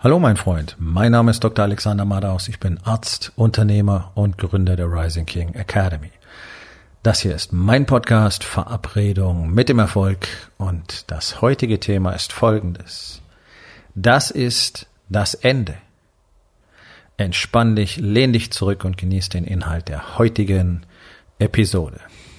Hallo mein Freund, mein Name ist Dr. Alexander Madaus, ich bin Arzt, Unternehmer und Gründer der Rising King Academy. Das hier ist mein Podcast Verabredung mit dem Erfolg und das heutige Thema ist folgendes. Das ist das Ende. Entspann dich, lehn dich zurück und genieß den Inhalt der heutigen Episode.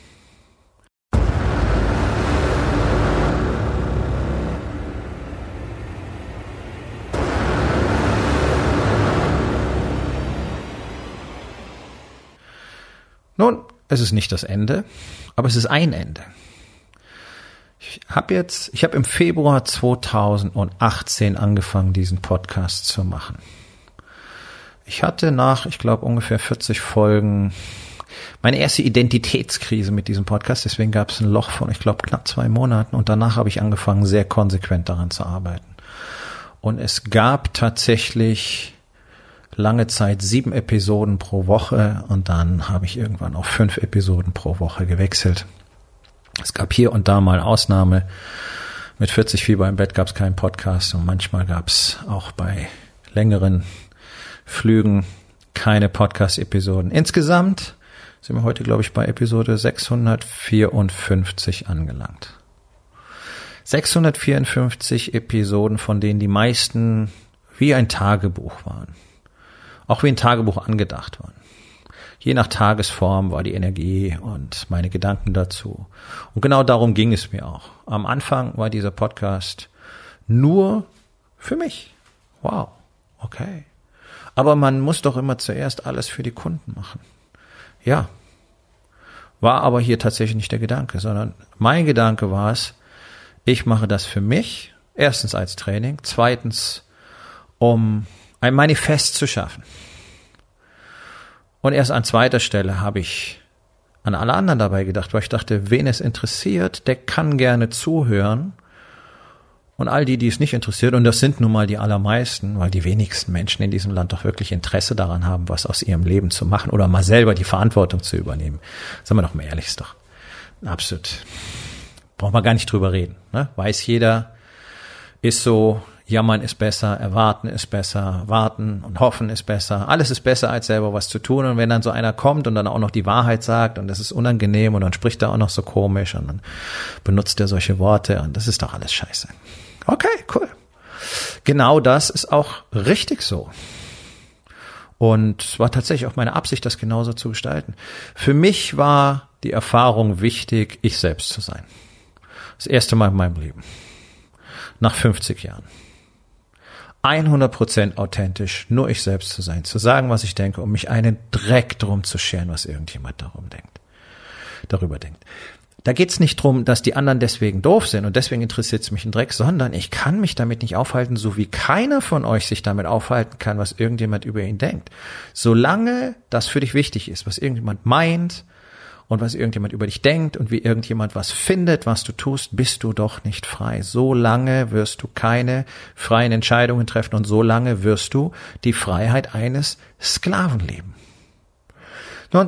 Nun, es ist nicht das Ende, aber es ist ein Ende. Ich habe im Februar 2018 angefangen, diesen Podcast zu machen. Ich hatte nach, ungefähr 40 Folgen meine erste Identitätskrise mit diesem Podcast. Deswegen gab es ein Loch von, knapp 2 Monaten. Und danach habe ich angefangen, sehr konsequent daran zu arbeiten. Und es gab tatsächlich lange Zeit 7 Episoden pro Woche und dann habe ich irgendwann auf 5 Episoden pro Woche gewechselt. Es gab hier und da mal Ausnahme. Mit 40 Fieber im Bett gab es keinen Podcast und manchmal gab es auch bei längeren Flügen keine Podcast-Episoden. Insgesamt sind wir heute, bei Episode 654 angelangt. 654 Episoden, von denen die meisten wie ein Tagebuch waren. Auch wie ein Tagebuch angedacht waren. Je nach Tagesform war die Energie und meine Gedanken dazu. Und genau darum ging es mir auch. Am Anfang war dieser Podcast nur für mich. Wow, okay. Aber man muss doch immer zuerst alles für die Kunden machen. Ja, war aber hier tatsächlich nicht der Gedanke, sondern mein Gedanke war es, ich mache das für mich, erstens als Training, zweitens, um ein Manifest zu schaffen. Und erst an zweiter Stelle habe ich an alle anderen dabei gedacht, weil ich dachte, wen es interessiert, der kann gerne zuhören. Und all die es nicht interessiert, und das sind nun mal die allermeisten, weil die wenigsten Menschen in diesem Land doch wirklich Interesse daran haben, was aus ihrem Leben zu machen oder mal selber die Verantwortung zu übernehmen. Sagen wir doch mal ehrlich, ist doch absolut, braucht man gar nicht drüber reden. Ne? Weiß jeder, ist so. Jammern ist besser, erwarten ist besser, warten und hoffen ist besser. Alles ist besser, als selber was zu tun. Und wenn dann so einer kommt und dann auch noch die Wahrheit sagt und das ist unangenehm und dann spricht er auch noch so komisch und dann benutzt er solche Worte und das ist doch alles scheiße. Okay, cool. Genau das ist auch richtig so. Und es war tatsächlich auch meine Absicht, das genauso zu gestalten. Für mich war die Erfahrung wichtig, ich selbst zu sein. Das erste Mal in meinem Leben. Nach 50 Jahren. 100% authentisch, nur ich selbst zu sein, zu sagen, was ich denke, um mich einen Dreck drum zu scheren, was irgendjemand darüber denkt. Da geht's nicht drum, dass die anderen deswegen doof sind und deswegen interessiert es mich ein Dreck, sondern ich kann mich damit nicht aufhalten, so wie keiner von euch sich damit aufhalten kann, was irgendjemand über ihn denkt. Solange das für dich wichtig ist, was irgendjemand meint und was irgendjemand über dich denkt und wie irgendjemand was findet, was du tust, bist du doch nicht frei. So lange wirst du keine freien Entscheidungen treffen und so lange wirst du die Freiheit eines Sklaven leben. Nun,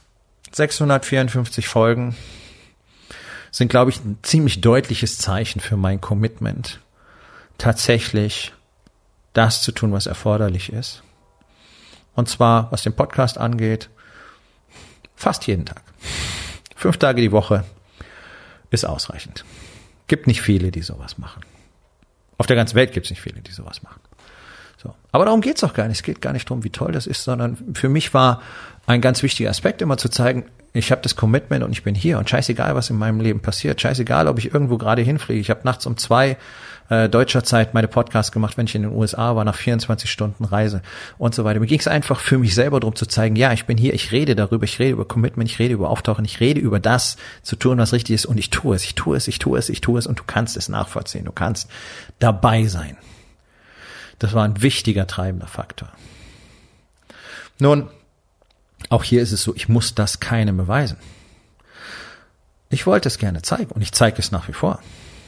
654 Folgen sind, glaube ich, ein ziemlich deutliches Zeichen für mein Commitment, tatsächlich das zu tun, was erforderlich ist. Und zwar, was den Podcast angeht, fast jeden Tag. 5 Tage die Woche ist ausreichend. Gibt nicht viele, die sowas machen. Auf der ganzen Welt gibt es nicht viele, die sowas machen. So. Aber darum geht's auch gar nicht. Es geht gar nicht darum, wie toll das ist, sondern für mich war ein ganz wichtiger Aspekt immer zu zeigen, ich habe das Commitment und ich bin hier und scheißegal, was in meinem Leben passiert, scheißegal, ob ich irgendwo gerade hinfliege. Ich habe nachts um 2 deutscher Zeit meine Podcasts gemacht, wenn ich in den USA war, nach 24 Stunden Reise und so weiter. Mir ging es einfach für mich selber darum zu zeigen, ja, ich bin hier, ich rede darüber, ich rede über Commitment, ich rede über Auftauchen, ich rede über das zu tun, was richtig ist und ich tue es und du kannst es nachvollziehen, du kannst dabei sein. Das war ein wichtiger treibender Faktor. Nun, auch hier ist es so, ich muss das keinem beweisen. Ich wollte es gerne zeigen und ich zeige es nach wie vor.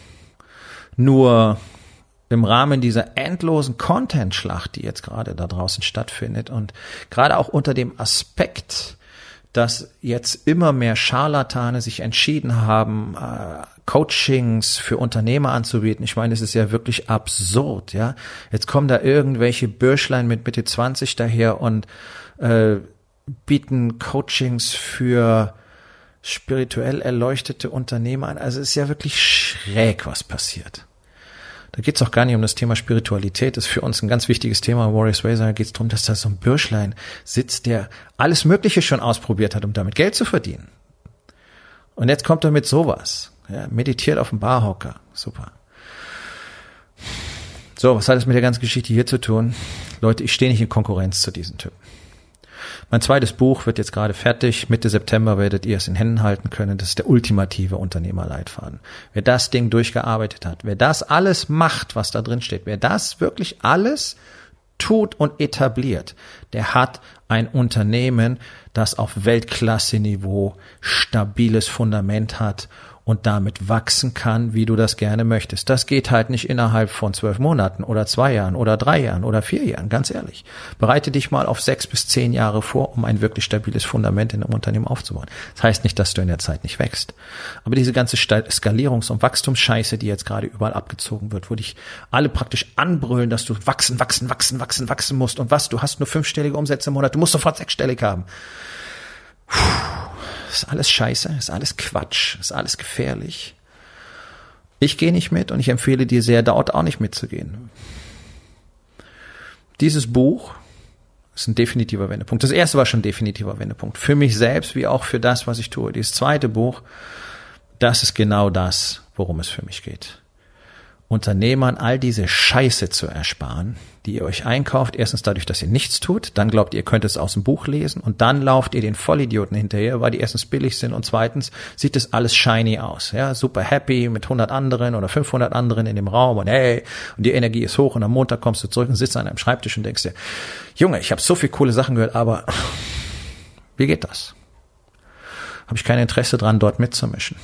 Nur im Rahmen dieser endlosen Content-Schlacht, die jetzt gerade da draußen stattfindet und gerade auch unter dem Aspekt, dass jetzt immer mehr Scharlatane sich entschieden haben, Coachings für Unternehmer anzubieten. Ich meine, es ist ja wirklich absurd, ja. Jetzt kommen da irgendwelche Bürschlein mit Mitte 20 daher und bieten Coachings für spirituell erleuchtete Unternehmer an. Also es ist ja wirklich schräg, was passiert. Da geht es auch gar nicht um das Thema Spiritualität. Das ist für uns ein ganz wichtiges Thema. Warriors Way, da geht es darum, dass da so ein Bürschlein sitzt, der alles Mögliche schon ausprobiert hat, um damit Geld zu verdienen. Und jetzt kommt er mit sowas. Ja, meditiert auf dem Barhocker. Super. So, was hat es mit der ganzen Geschichte hier zu tun? Leute, ich stehe nicht in Konkurrenz zu diesen Typen. Mein zweites Buch wird jetzt gerade fertig. Mitte September werdet ihr es in Händen halten können. Das ist der ultimative Unternehmerleitfaden. Wer das Ding durchgearbeitet hat, wer das alles macht, was da drin steht, wer das wirklich alles tut und etabliert, der hat ein Unternehmen, das auf Weltklasse-Niveau stabiles Fundament hat und damit wachsen kann, wie du das gerne möchtest. Das geht halt nicht innerhalb von 12 Monaten oder 2 Jahren oder 3 Jahren oder 4 Jahren, ganz ehrlich. Bereite dich mal auf 6 bis 10 Jahre vor, um ein wirklich stabiles Fundament in einem Unternehmen aufzubauen. Das heißt nicht, dass du in der Zeit nicht wächst. Aber diese ganze Skalierungs- und Wachstumsscheiße, die jetzt gerade überall abgezogen wird, wo dich alle praktisch anbrüllen, dass du wachsen musst und was, du hast nur 5-stellige Umsätze im Monat, du musst sofort 6-stellig haben. Das ist alles Scheiße, ist alles Quatsch, ist alles gefährlich. Ich gehe nicht mit und ich empfehle dir sehr, dort auch nicht mitzugehen. Dieses Buch ist ein definitiver Wendepunkt. Das erste war schon ein definitiver Wendepunkt. Für mich selbst, wie auch für das, was ich tue. Dieses zweite Buch, das ist genau das, worum es für mich geht. Unternehmern all diese Scheiße zu ersparen, die ihr euch einkauft. Erstens dadurch, dass ihr nichts tut. Dann glaubt ihr, könnt es aus dem Buch lesen. Und dann lauft ihr den Vollidioten hinterher, weil die erstens billig sind und zweitens sieht es alles shiny aus. Ja, super happy mit 100 anderen oder 500 anderen in dem Raum und hey, und die Energie ist hoch und am Montag kommst du zurück und sitzt an einem Schreibtisch und denkst dir, Junge, ich habe so viele coole Sachen gehört, aber wie geht das? Habe ich kein Interesse dran, dort mitzumischen.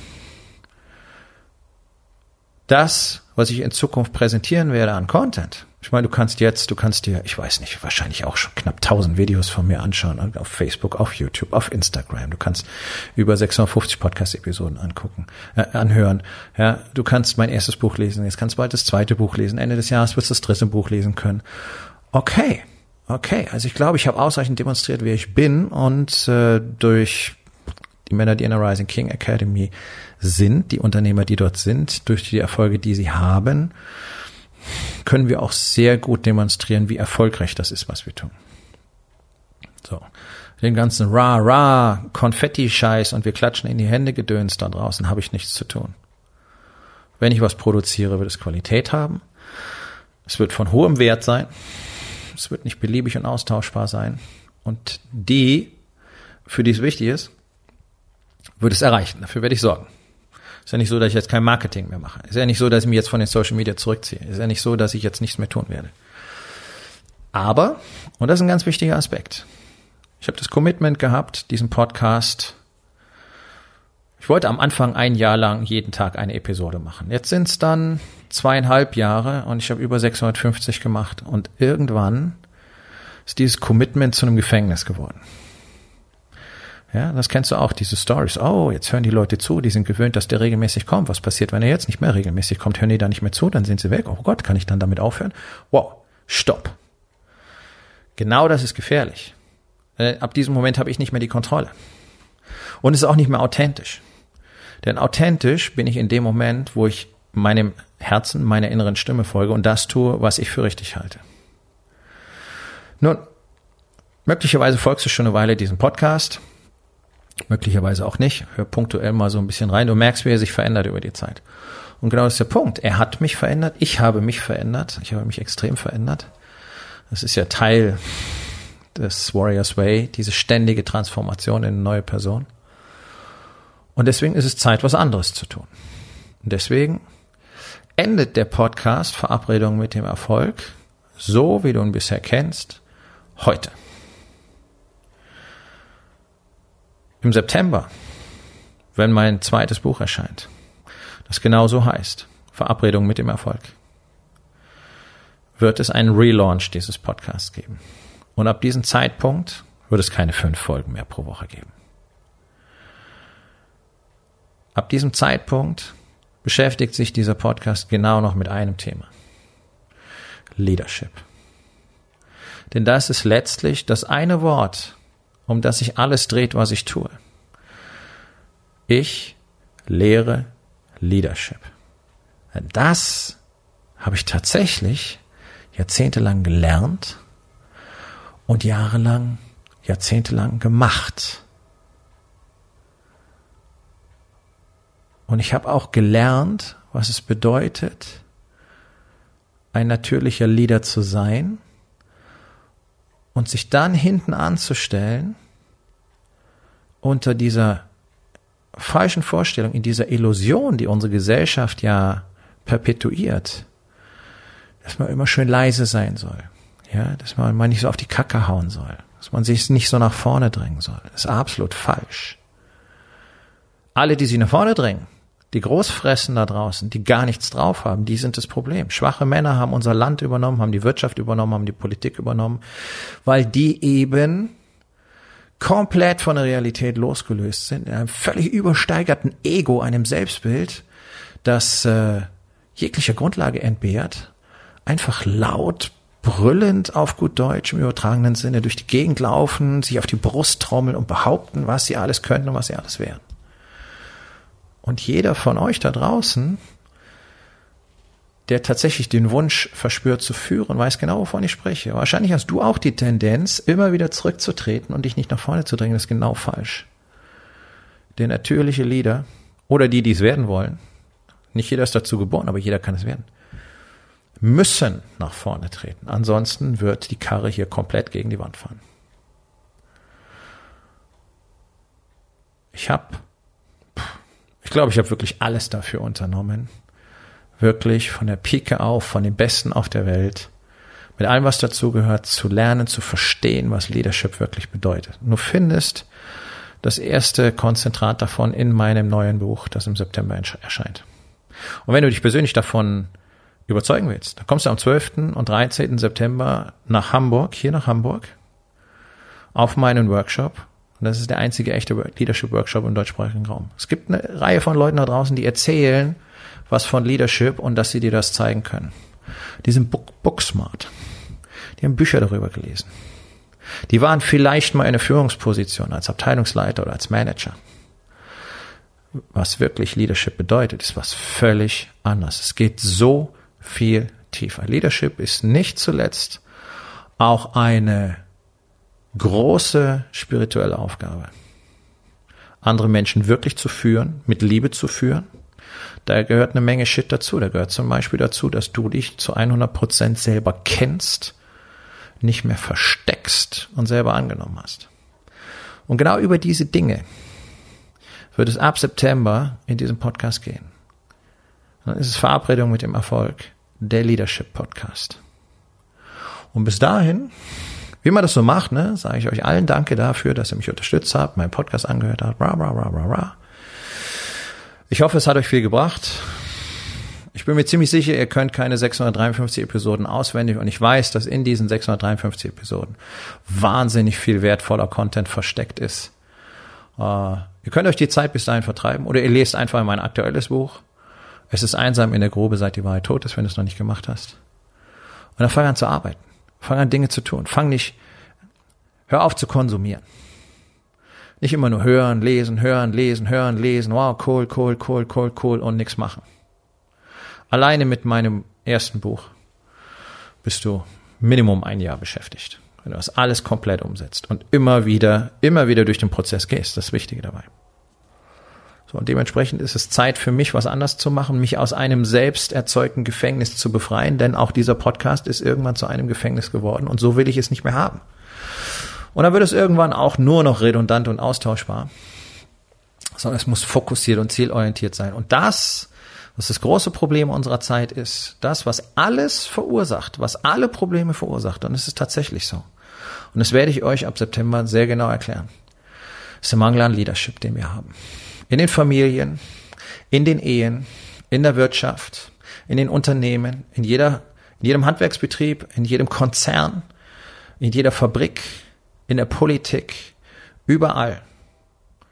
Das, was ich in Zukunft präsentieren werde an Content. Ich meine, du kannst dir, ich weiß nicht, wahrscheinlich auch schon knapp 1000 Videos von mir anschauen, auf Facebook, auf YouTube, auf Instagram. Du kannst über 650 Podcast-Episoden anhören. Ja, du kannst mein erstes Buch lesen, jetzt kannst du bald das zweite Buch lesen. Ende des Jahres wirst du das dritte Buch lesen können. Okay. Also ich glaube, ich habe ausreichend demonstriert, wer ich bin und durch die Männer, die in der Rising King Academy sind, die Unternehmer, die dort sind, durch die Erfolge, die sie haben, können wir auch sehr gut demonstrieren, wie erfolgreich das ist, was wir tun. So, den ganzen Konfetti-Scheiß und wir klatschen in die Hände Gedöns da draußen, habe ich nichts zu tun. Wenn ich was produziere, wird es Qualität haben. Es wird von hohem Wert sein. Es wird nicht beliebig und austauschbar sein. Und für die es wichtig ist, wird es erreichen. Dafür werde ich sorgen. Ist ja nicht so, dass ich jetzt kein Marketing mehr mache. Ist ja nicht so, dass ich mich jetzt von den Social Media zurückziehe. Ist ja nicht so, dass ich jetzt nichts mehr tun werde. Aber, und das ist ein ganz wichtiger Aspekt, ich habe das Commitment gehabt, diesen Podcast, ich wollte am Anfang 1 Jahr lang jeden Tag eine Episode machen. Jetzt sind es dann 2,5 Jahre und ich habe über 650 gemacht. Und irgendwann ist dieses Commitment zu einem Gefängnis geworden. Ja, das kennst du auch, diese Stories. Oh, jetzt hören die Leute zu, die sind gewöhnt, dass der regelmäßig kommt. Was passiert, wenn er jetzt nicht mehr regelmäßig kommt? Hören die da nicht mehr zu, dann sind sie weg. Oh Gott, kann ich dann damit aufhören? Wow, stopp. Genau das ist gefährlich. Ab diesem Moment habe ich nicht mehr die Kontrolle. Und es ist auch nicht mehr authentisch. Denn authentisch bin ich in dem Moment, wo ich meinem Herzen, meiner inneren Stimme folge und das tue, was ich für richtig halte. Nun, möglicherweise folgst du schon eine Weile diesem Podcast. Möglicherweise auch nicht. Hör punktuell mal so ein bisschen rein. Du merkst, wie er sich verändert über die Zeit. Und genau das ist der Punkt. Er hat mich verändert. Ich habe mich verändert. Ich habe mich extrem verändert. Das ist ja Teil des Warriors Way, diese ständige Transformation in eine neue Person. Und deswegen ist es Zeit, was anderes zu tun. Und deswegen endet der Podcast Verabredung mit dem Erfolg, so wie du ihn bisher kennst, heute. Im September, wenn mein zweites Buch erscheint, das genau so heißt, Verabredung mit dem Erfolg, wird es einen Relaunch dieses Podcasts geben. Und ab diesem Zeitpunkt wird es keine 5 Folgen mehr pro Woche geben. Ab diesem Zeitpunkt beschäftigt sich dieser Podcast genau noch mit einem Thema. Leadership. Denn das ist letztlich das eine Wort, um das sich alles dreht, was ich tue. Ich lehre Leadership. Das habe ich tatsächlich jahrzehntelang gelernt und jahrzehntelang gemacht. Und ich habe auch gelernt, was es bedeutet, ein natürlicher Leader zu sein und sich dann hinten anzustellen unter dieser falschen Vorstellung, in dieser Illusion, die unsere Gesellschaft ja perpetuiert, dass man immer schön leise sein soll, ja, dass man nicht so auf die Kacke hauen soll, dass man sich nicht so nach vorne drängen soll. Das ist absolut falsch. Alle, die sich nach vorne drängen, die Großfressen da draußen, die gar nichts drauf haben, die sind das Problem. Schwache Männer haben unser Land übernommen, haben die Wirtschaft übernommen, haben die Politik übernommen, weil die eben komplett von der Realität losgelöst sind, in einem völlig übersteigerten Ego, einem Selbstbild, das jeglicher Grundlage entbehrt, einfach laut, brüllend auf gut Deutsch im übertragenen Sinne durch die Gegend laufen, sich auf die Brust trommeln und behaupten, was sie alles könnten und was sie alles wären. Und jeder von euch da draußen, der tatsächlich den Wunsch verspürt zu führen, weiß genau, wovon ich spreche. Wahrscheinlich hast du auch die Tendenz, immer wieder zurückzutreten und dich nicht nach vorne zu drängen. Das ist genau falsch. Der natürliche Leader oder die es werden wollen, nicht jeder ist dazu geboren, aber jeder kann es werden, müssen nach vorne treten. Ansonsten wird die Karre hier komplett gegen die Wand fahren. Ich glaube, ich habe wirklich alles dafür unternommen, wirklich von der Pike auf, von den Besten auf der Welt, mit allem, was dazugehört, zu lernen, zu verstehen, was Leadership wirklich bedeutet. Und du findest das erste Konzentrat davon in meinem neuen Buch, das im September erscheint. Und wenn du dich persönlich davon überzeugen willst, dann kommst du am 12. und 13. September nach Hamburg, auf meinen Workshop. Und das ist der einzige echte Leadership-Workshop im deutschsprachigen Raum. Es gibt eine Reihe von Leuten da draußen, die erzählen was von Leadership und dass sie dir das zeigen können. Die sind booksmart. Die haben Bücher darüber gelesen. Die waren vielleicht mal in einer Führungsposition als Abteilungsleiter oder als Manager. Was wirklich Leadership bedeutet, ist was völlig anderes. Es geht so viel tiefer. Leadership ist nicht zuletzt auch eine große spirituelle Aufgabe. Andere Menschen wirklich zu führen, mit Liebe zu führen. Da gehört eine Menge Shit dazu. Da gehört zum Beispiel dazu, dass du dich zu 100% selber kennst, nicht mehr versteckst und selber angenommen hast. Und genau über diese Dinge wird es ab September in diesem Podcast gehen. Dann ist es Verabredung mit dem Erfolg, der Leadership Podcast. Und bis dahin, wie man das so macht, sage ich euch allen Danke dafür, dass ihr mich unterstützt habt, meinen Podcast angehört habt. Ich hoffe, es hat euch viel gebracht. Ich bin mir ziemlich sicher, ihr könnt keine 653 Episoden auswendig und ich weiß, dass in diesen 653 Episoden wahnsinnig viel wertvoller Content versteckt ist. Ihr könnt euch die Zeit bis dahin vertreiben oder ihr lest einfach mein aktuelles Buch. Es ist einsam in der Grube, seit die Wahrheit tot ist, wenn du es noch nicht gemacht hast. Und dann fang an zu arbeiten. Fang an, Dinge zu tun. Hör auf zu konsumieren. Nicht immer nur hören, lesen. Wow, cool und nichts machen. Alleine mit meinem ersten Buch bist du Minimum 1 Jahr beschäftigt. Wenn du das alles komplett umsetzt und immer wieder durch den Prozess gehst. Das ist das Wichtige dabei. So, und dementsprechend ist es Zeit für mich, was anders zu machen, mich aus einem selbst erzeugten Gefängnis zu befreien, denn auch dieser Podcast ist irgendwann zu einem Gefängnis geworden und so will ich es nicht mehr haben. Und dann wird es irgendwann auch nur noch redundant und austauschbar, sondern es muss fokussiert und zielorientiert sein. Und das, was das große Problem unserer Zeit ist, das, was alles verursacht, was alle Probleme verursacht, und es ist tatsächlich so. Und das werde ich euch ab September sehr genau erklären. Das ist der Mangel an Leadership, den wir haben. In den Familien, in den Ehen, in der Wirtschaft, in den Unternehmen, in jedem Handwerksbetrieb, in jedem Konzern, in jeder Fabrik, in der Politik, überall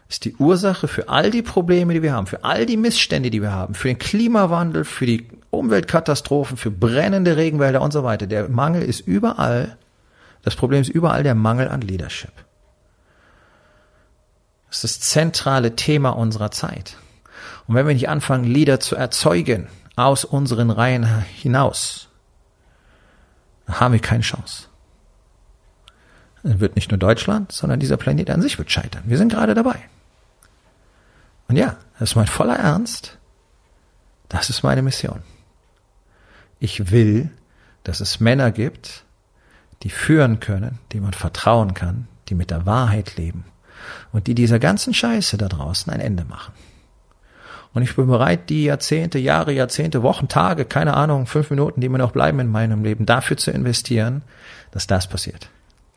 ist die Ursache für all die Probleme, die wir haben, für all die Missstände, die wir haben, für den Klimawandel, für die Umweltkatastrophen, für brennende Regenwälder und so weiter. Der Mangel ist überall, das Problem ist überall der Mangel an Leadership. Das ist das zentrale Thema unserer Zeit. Und wenn wir nicht anfangen, Leader zu erzeugen, aus unseren Reihen hinaus, dann haben wir keine Chance. Dann wird nicht nur Deutschland, sondern dieser Planet an sich wird scheitern. Wir sind gerade dabei. Und ja, das ist mein voller Ernst. Das ist meine Mission. Ich will, dass es Männer gibt, die führen können, denen man vertrauen kann, die mit der Wahrheit leben und die dieser ganzen Scheiße da draußen ein Ende machen. Und ich bin bereit, die Jahrzehnte, Wochen, Tage, keine Ahnung, 5 Minuten, die mir noch bleiben in meinem Leben, dafür zu investieren, dass das passiert.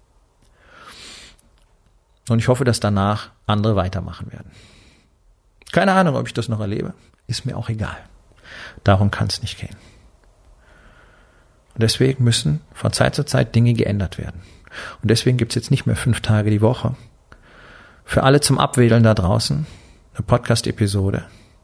Und ich hoffe, dass danach andere weitermachen werden. Keine Ahnung, ob ich das noch erlebe. Ist mir auch egal. Darum kann es nicht gehen. Und deswegen müssen von Zeit zu Zeit Dinge geändert werden. Und deswegen gibt es jetzt nicht mehr 5 Tage die Woche. Für alle zum Abwählen da draußen eine Podcast-Episode.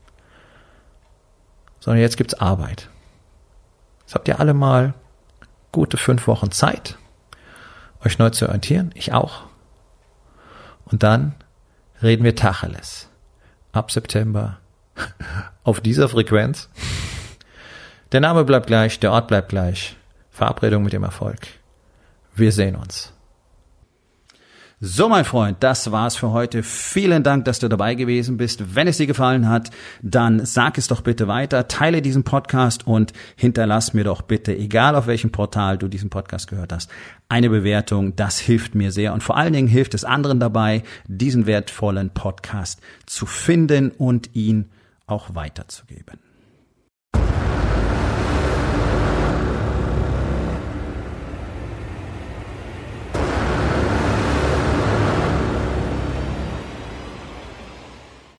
Sondern jetzt gibt's Arbeit. Jetzt habt ihr alle mal gute 5 Wochen Zeit, euch neu zu orientieren. Ich auch. Und dann reden wir Tacheles. Ab September auf dieser Frequenz. Der Name bleibt gleich, der Ort bleibt gleich. Verabredung mit dem Erfolg. Wir sehen uns. So, mein Freund, das war's für heute. Vielen Dank, dass du dabei gewesen bist. Wenn es dir gefallen hat, dann sag es doch bitte weiter, teile diesen Podcast und hinterlass mir doch bitte, egal auf welchem Portal du diesen Podcast gehört hast, eine Bewertung. Das hilft mir sehr und vor allen Dingen hilft es anderen dabei, diesen wertvollen Podcast zu finden und ihn auch weiterzugeben.